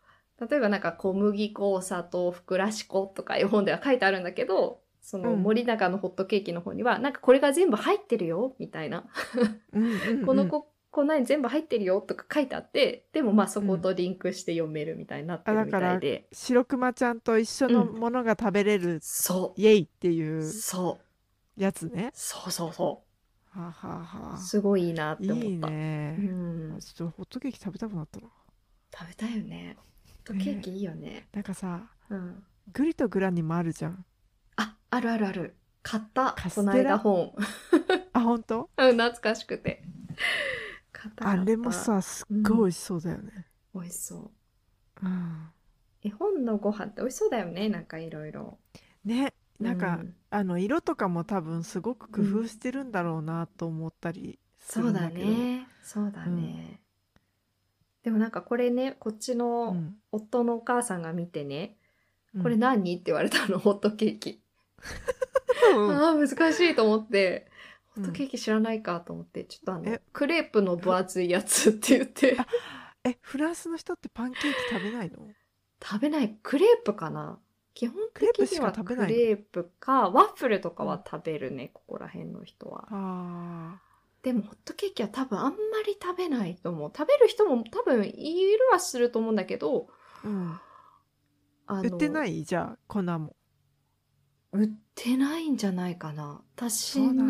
例えばなんか小麦粉、お砂糖、ふくらし粉とか絵本では書いてあるんだけど、そのうん森永のホットケーキの方には、なんかこれが全部入ってるよ、みたいな。 うんうんうんこの粉に全部入ってるよとか書いてあって、でもまあそうんことリンクして読めるみたいになってるみだからたいで。 白熊ちゃんと一緒のうん。 ものが食べれるそう。 イエイっていうそう。 やつね。 そうそうそはあはあはう。 あ。 すごいいいなって思っいいた。うね。 ん。 ちょっとホットケーキ食べたくなったな。 食べたいよね。ホットケーね、 キいいよね。 なんかさ、 うん。 グリとグラにもあるじゃん。 あ、あるあるある。買った。このカステラ。 間本。 あ、ほんと？ うん、懐かしくて。買ったあ買った。 れもさ、すっうん。 ごい美味しそうだよね。 美味しそう。 うん。 絵本のご飯って美味しそうだよね。なんかいろいろ。 ね、 うなんかん。 色とかも多分すごく工うん。 夫してるんだろうなと思ったりするんそうだだけど。 ね。そうだうんね。でもなんかこれね、こっちのうん夫のお母さんが見てね、これうん何って言われたの、ホットケーキ。 うんああ、難しいと思って、ホットうん。 ケーキ知らないかと思って、ちょっとえ、 クレープの分ふ厚いやつって言っあて、 フランスの人ってパンケーキ食べないの？ 食べない。クレープかな。基本クレープしか的には食べないの？ クレープか、ワッフルとかうんは食べるね、ここら辺の人は。 あでもホットケーキは多分あんまり食べないと思う。食べる人も多分いるはすると思うんだけど、 うん売ってなあの、 いじゃあ粉も？ 売ってないんじゃないかな。 そうなんだ。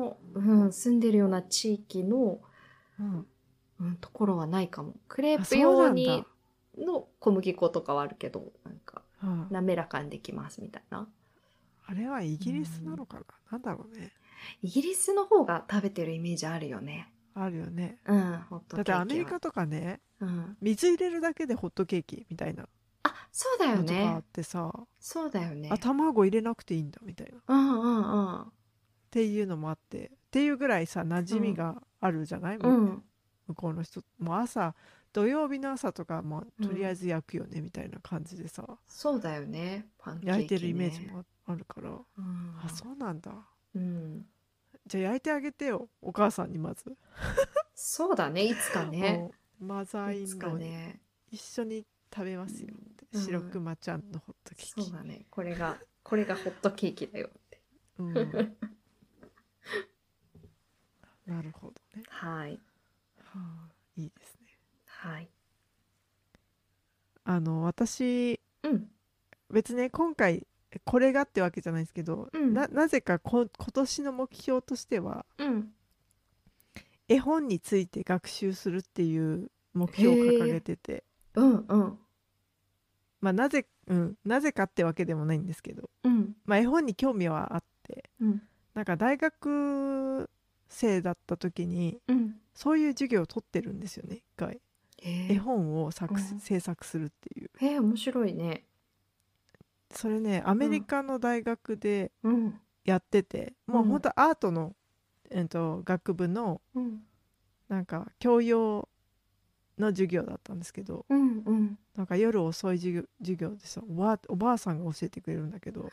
の、住んでるような地域の、ところはないかも。クレープ用にの小麦粉とかはあるけど、なんか滑らかにできますみたいな。 あれはイギリスなのかな、なんだろうね。 イギリスの方が食べてるイメージあるよね。 あるよね。 ホットケーキは。 だってアメリカとかね、水入れるだけでホットケーキみたいなそうだよのとかあねっ。てさ、 そうだよね。 卵入れなくていいんだみたいな、っていうのもあって、っていうぐらいさ馴染みがあるじゃない、向こうの人も朝土曜日の朝とかもとりあえず焼くよねみたいな感じでさ、 そうだよね。パンケーキね。 焼いてるイメージもあるから、あ、そうなんだ。じゃあ焼いてあげてよ、お母さんにまず。 そうだね、いつかね。 マザーイいつンローにかね。 一緒に食べますよって、白くまちゃんのホットケーキ。 そうだね、これがホットケーキだよって。 なるほどね。 はい。 いいですね。 はい。 私、別に今回これがってわけじゃないですけど、なぜか今年の目標としては、絵本について学習するっていう目標を掲げてて、まあなぜかってわけでもないんですけど、まあ絵本に興味はあって、なんか大学生だった時に、そういう授業を取ってるんですよね、一回。絵本を制作するっていう。 面白いね。 それね、アメリカの大学でやってて、もう本当アートの、学部のなんか教養の授業だったんですけど、なんか夜遅い授業でさ、おばあさんが教えてくれるんだけど、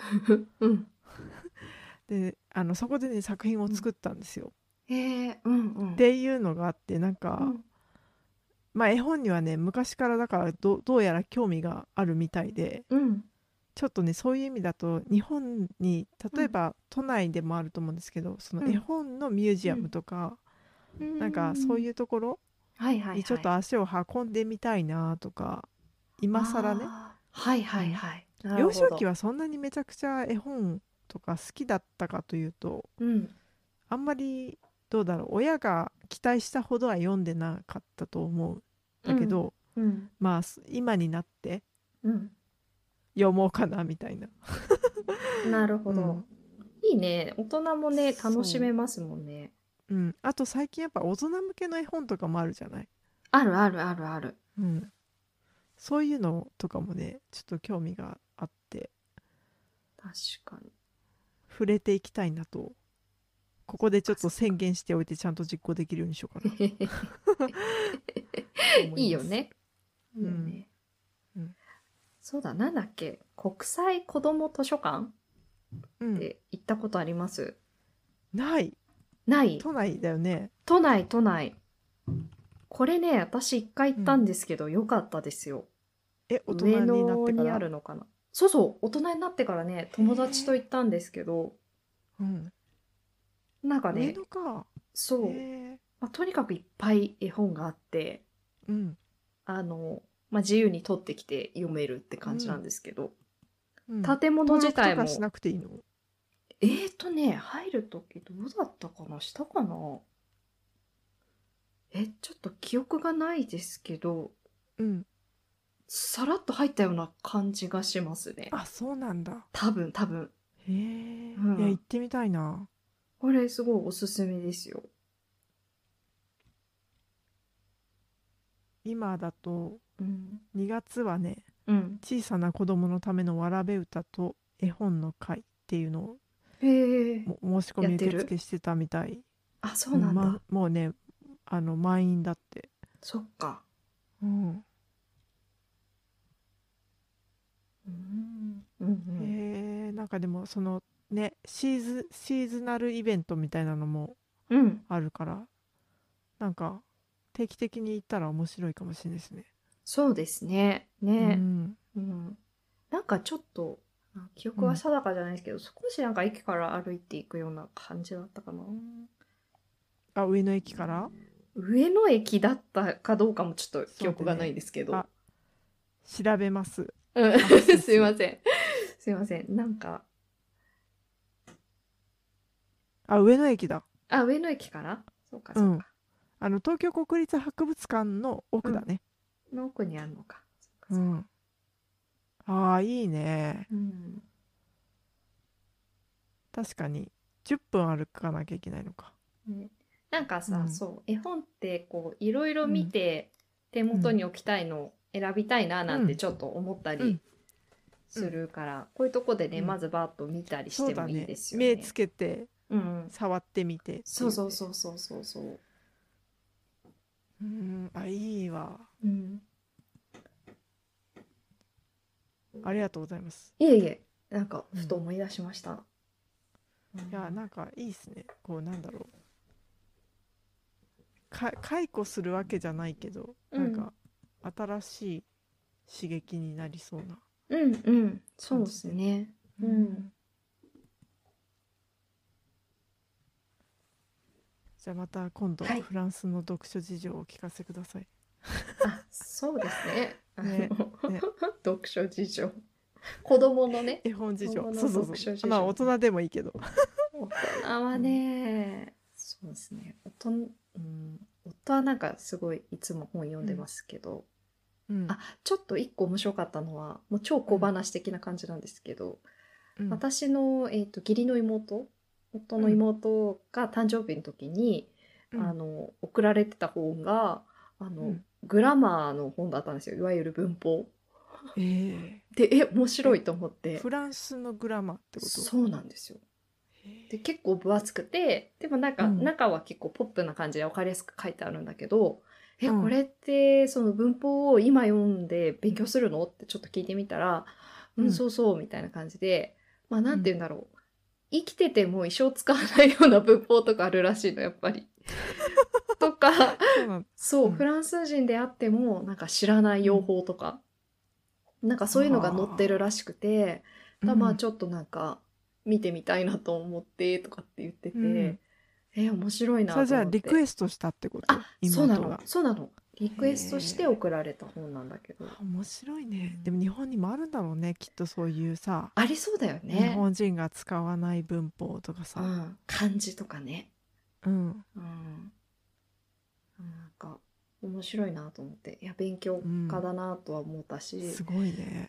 でそこでね作品を作ったんですよ。っていうのがあって、なんか、まあ絵本にはね昔からだからどうやら興味があるみたいで、ちょっとねそういう意味だと日本に例えば都内でもあると思うんですけど、その絵本のミュージアムとか、なんかそういうところにちょっと足を運んでみたいなとか、今更ね。幼少期はそんなにめちゃくちゃ絵本とか好きだったかというと、あんまりどうだろう、親が期待したほどは読んでなかったと思う。だけど、まあ今になって読もうかなみたいな。 なるほど、いいね。大人もね楽しめますもんね。 あと最近やっぱ大人向けの絵本とかもあるじゃない。 あるあるあるある。 そういうのとかもねちょっと興味があって、 確かに触れていきたいなと、ここでちょっと宣言しておいてちゃんと実行できるようにしようかないいよね。いいよね。そうだ、なんだっけ、国際子ども図書館って行ったことあります？ ない。都内だよね。 都内。これね、私一回行ったんですけど、良かったですよ。 大人になってから？ 上野にあるのかな。そう大人になってからね、友達と行ったんですけど、なんかね、そう、とにかくいっぱい絵本があって、自由に取ってきて読めるって感じなんですけど、建物自体も登録とかしなくていいの？ 入るときどうだったかな、したかな。ちょっと記憶がないですけど、さらっと入ったような感じがしますね。 あ、そうなんだ。 多分。 へえ、いや行ってみたいな。 これすごいおすすめですよ。 今だと、2月はね、小さな子供のためのわらべ歌と絵本の会っていうのを申し込み受付してたみたい。 あ、そうなんだ。 もうね満員だって。 そっか。 なんかでもそのねシーズナルイベントみたいなのもあるから、なんか定期的に行ったら面白いかもしれないですね。 そうですね。なんかちょっと記憶は定かじゃないですけど、少しなんか駅から歩いていくような感じだったかな。 上野駅から？ 上野駅だったかどうかもちょっと記憶がないですけど、 調べます。 すいません、なんか上野駅だ。 あ、上野駅から、そうかうんそうか。 東京国立博物館の奥だね。 の奥にあるのか。そうかそうか。 うん。ああ、いいね。 うん。 確かに10分歩かなきゃいけないのか。 ね、なんかさ、 うん。 そう、絵本ってこういろいろうん。 見て手元うん。 に置きたいのを選びたいななんてうん。 ちょっと思ったりうん。うすん。 るから、こういうとこでね、 うん。 まずバーッと見たりしてもいいでそうだね。目つすよね。 けてうん。 触ってみてってそうそういうね。 そうそうそうそう。 うん。あ、いいわ。 うん。 ありがとうございます。 いえいえ、なんかうん。 ふと思い出しました。ういや、 ん。 なんかいいっすね。こう、なんだろう。解雇するわけじゃないけど、 うん。 なんか新しい刺激になりそうなうんうん。そうで感じで。 すね。うん。 うん。じゃあまた今度はい。 フランスの読書事情をお聞かせください。 あ、そうですね。 ね。ね。 読書事情。子供のね、 絵本事情。 子供のそうそうそう。 読書事まあ情ね。 大人でもいいけど。 大人はうん。 ね、そうですね。うん、夫はなんかすごいいつも本読んうん。 でますけど、 うん。 あ、ちょっと一個面白かったのは、もう超小うん。 話的な感じなんですけど、 うん。 私の、義理の妹、夫のうん。 妹が誕生日の時に、 うん。 送られてた本が、 うん。 グラマーの本だったんですよ。いわゆる文法。 えで、面ー、え、 白いと思って、 フランスのグラマーってこと？ そうなんですよ。 へで、結構分厚くて、でもなんかうん。 中は結構ポップな感じで分かりやすく書いてあるんだけど、 うん。 これってその文法を今読んで勉強するのってちょっと聞いてみたら、うん、 うん。 そうそう、みたいな感じで、まあなんてうん。 言うんだろう。生きてても一生使わないような文法とかあるらしいの、やっぱり。とか、 そうなんだ。 そう、フうん。 ランス人であっても、なんか知らない用うん。 法とか、なんかそういうのが載ってるああ。 らしくて、まあうん。 ちょっとなんか見てみたいなと思ってとかって言ってうん。 て、面白いなそれじゃあと思って。 リクエストしたってこあ、 と？ そうなの、 妹が。 そうなの。リへクエストしてえ。 送られた本なんだけど。 面白いね。でうん、 も日本にもあるんだろうね。きっとそういうさ、 ありそうだよ日ね。 本人が使わない文法とかさ。 うん。漢字とかね。 うん。 うん。なんか面白いなと思って。いや、勉強うん。 家だなとは思ったし、 すごいね。 うん。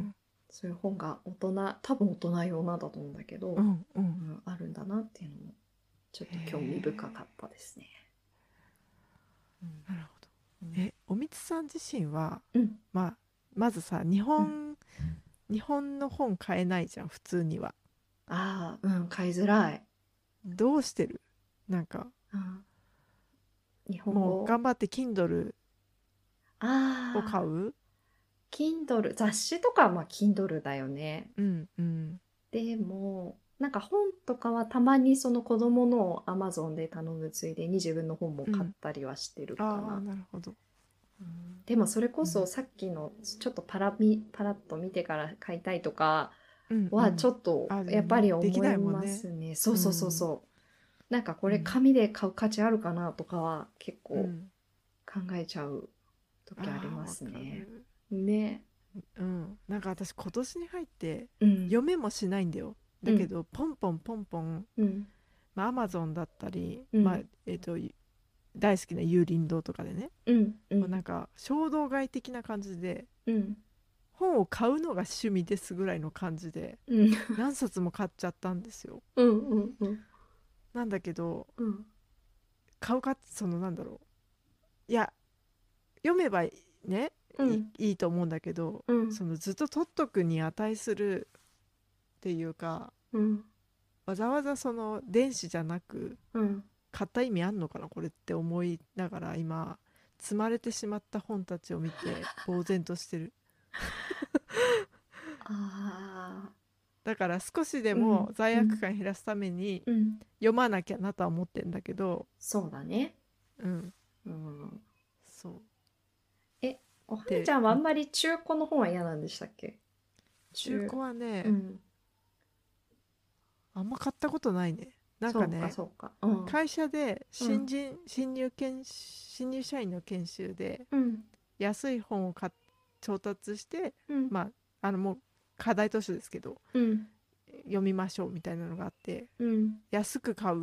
うん。 そういう本が多分大人用なんだと思うんだけど、 うんうん。 うん、あるんだなっていうのもちょっへと興味深かえ。 ったですね。うなるほど。 ん。 おみつさん自身は、 うん。 まあ、まずさ、 うん。 日本の本買えないじゃん、普通には。 ああ、うん、買いづらい。 どうしてる？なんか、 うん、日本語。 もう頑張って Kindle を買ああ、 う？ Kindle、雑誌とかはまあ Kindle だよね。 うんうん。 でも、なんか本とかはたまにその子供のを Amazon で頼むついでに自分の本もうん。 買ったりはしてるかああ、 な。 なるほど。 うん、でもそれこそうん。 さっきのちょっとパラッと見てから買いたいとかはちうんうん。 ょっとあるやっぱりよね。でき思いないもんね。 ますね。そうそうそううん。 そう。なんかこれうん。 紙で買う価値あるかなとかは結構うん。 考えちゃう時ありああ、 まわすね。 かる。 ね。 うん。なんか私今年に入ってうん。 読めもしないんだよ。 うん。 だけど、ポンポンポンポン、 うん。 まあ、アマゾンだったり、まあ、 うん。 大好きな有林堂とかでね、 うん。うん。 もうなんか衝動買い的な感じで、 うん。 本を買うのが趣味ですぐらいの感じで、 うん。 何冊も買っちゃったんですよ。 うん。うん。うん。 なんだけど、 うん。 買うか、そのなんだろう。いや、読めばね、 うん。 いいと思うんだけど、 うん。 そのずっと取っとくに値するっていうか、 うん。 わざわざその電子じゃなく、 うん。 買った意味あんのかなこれって思いながら今積まれてしまった本たちを見て呆然としてる。 ああ。 だから少しでうん。 も罪うん。 悪感減らすためにうん。 読まなきゃなとは思ってんだけど。 そうだね。 うん。 うん。 そうえ、おはねちで、 ゃんはあんまり中古の本は嫌なんでしたっけ？中、 中古はね、 うん。 あんま買ったことないね。なんそうか、 かね、 そうか。うん。 会社でうん。 新入社員の研修でうん。 安い本を調達して、 うん。 まあもう課題図書ですけどうん。 読みましょうみたいなのがあって、 うん。 安く買う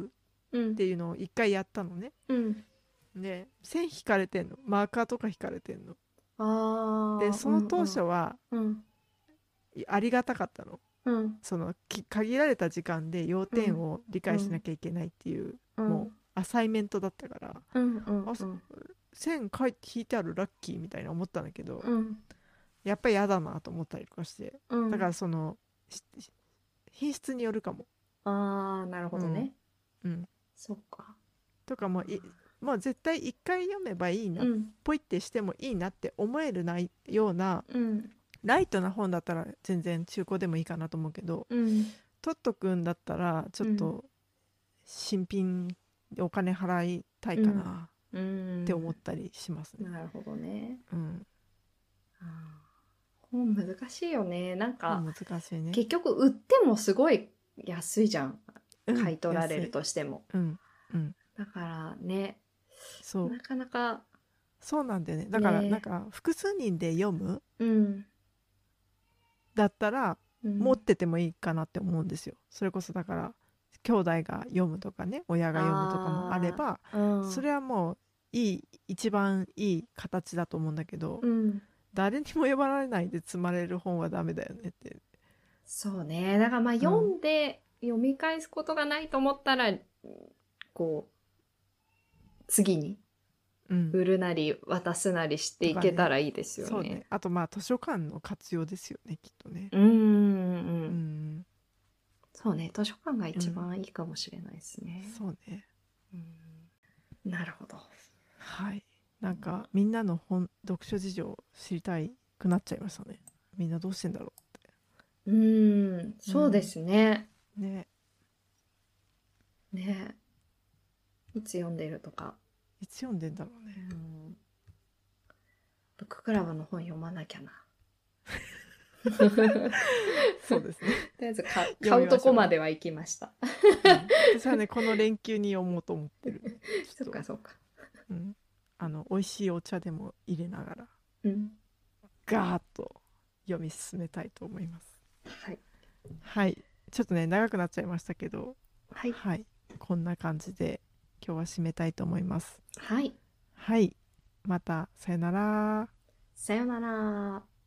うんっていうのを一回やったのね。 うんで線引かれてんの、マーカーとか引かれてんの。でああ、 その当初はうんありがたかったの。 うんその限られた時間で要点を理解しなうんきゃいけないっていう、もううんアサイメントだったから、 うんうんあうん線引いてあるラッキーみたいな思ったんだけど、 うんやっぱり嫌だなと思ったりとかして、だかうんらそのし品質によるかも。 ああ、なるほうんどね。 うん。 そっか。 とかもう絶対一回読めばいいな、 うんポイってしてもいいなって思えるないようなうんライトな本だったら全然中古でもいいかなと思うけど、 うん取っとくんだったらちょっと新品でお金払いたいかなって思ったりしますね。 なるほどね。 うん。 あー本難しいよね。なんか難しいね。 結局売ってもすごい安いじゃん。 うん買い取られるとしても。 うんうんだからね、 そうなかなかそうなんだよね。だからねなんか複数人で読むうんだったらうん持っててもいいかなって思うんですよ。それこそだから兄弟が読むとかね、親が読むとかもあれば、それはもう一番いい形だと思うんだけど、 うん誰にも読まれないで積まれる本はダメだよねって。 そうね。だからまあ読んで読み返すことがないと思ったら、こう次にうん売るなり渡すなりしていけたらいいですよね。 そうね。あとまあ図書館の活用ですよね、きっとね。 うんうんううんん。 そうね。図書館が一番いいかもしれないですね。 そうね。 うんなるほど。 はい。なんかみんなの読書事情知りたいくなっちゃいましたね。みんなどうしてんだろそうですね。 う。ね。 ね。いつ読んでるとか。 いつ読んでんだろうね。 ブッククラブの本読まなきゃな。 そうですね。 とりあえず買うとこまでは行きました。 私はね、この連休に読もうと思ってる。 そっかそっか。 うん。美味しいお茶でも入れながら、 うん。 ガーッと読み進めたいと思います。 はい。 はい。ちょっとね、長くなっちゃいましたけど、 はい。 はい。こんな感じで今日は締めたいと思います。 はい。 はい。また、さよなら。 さよなら。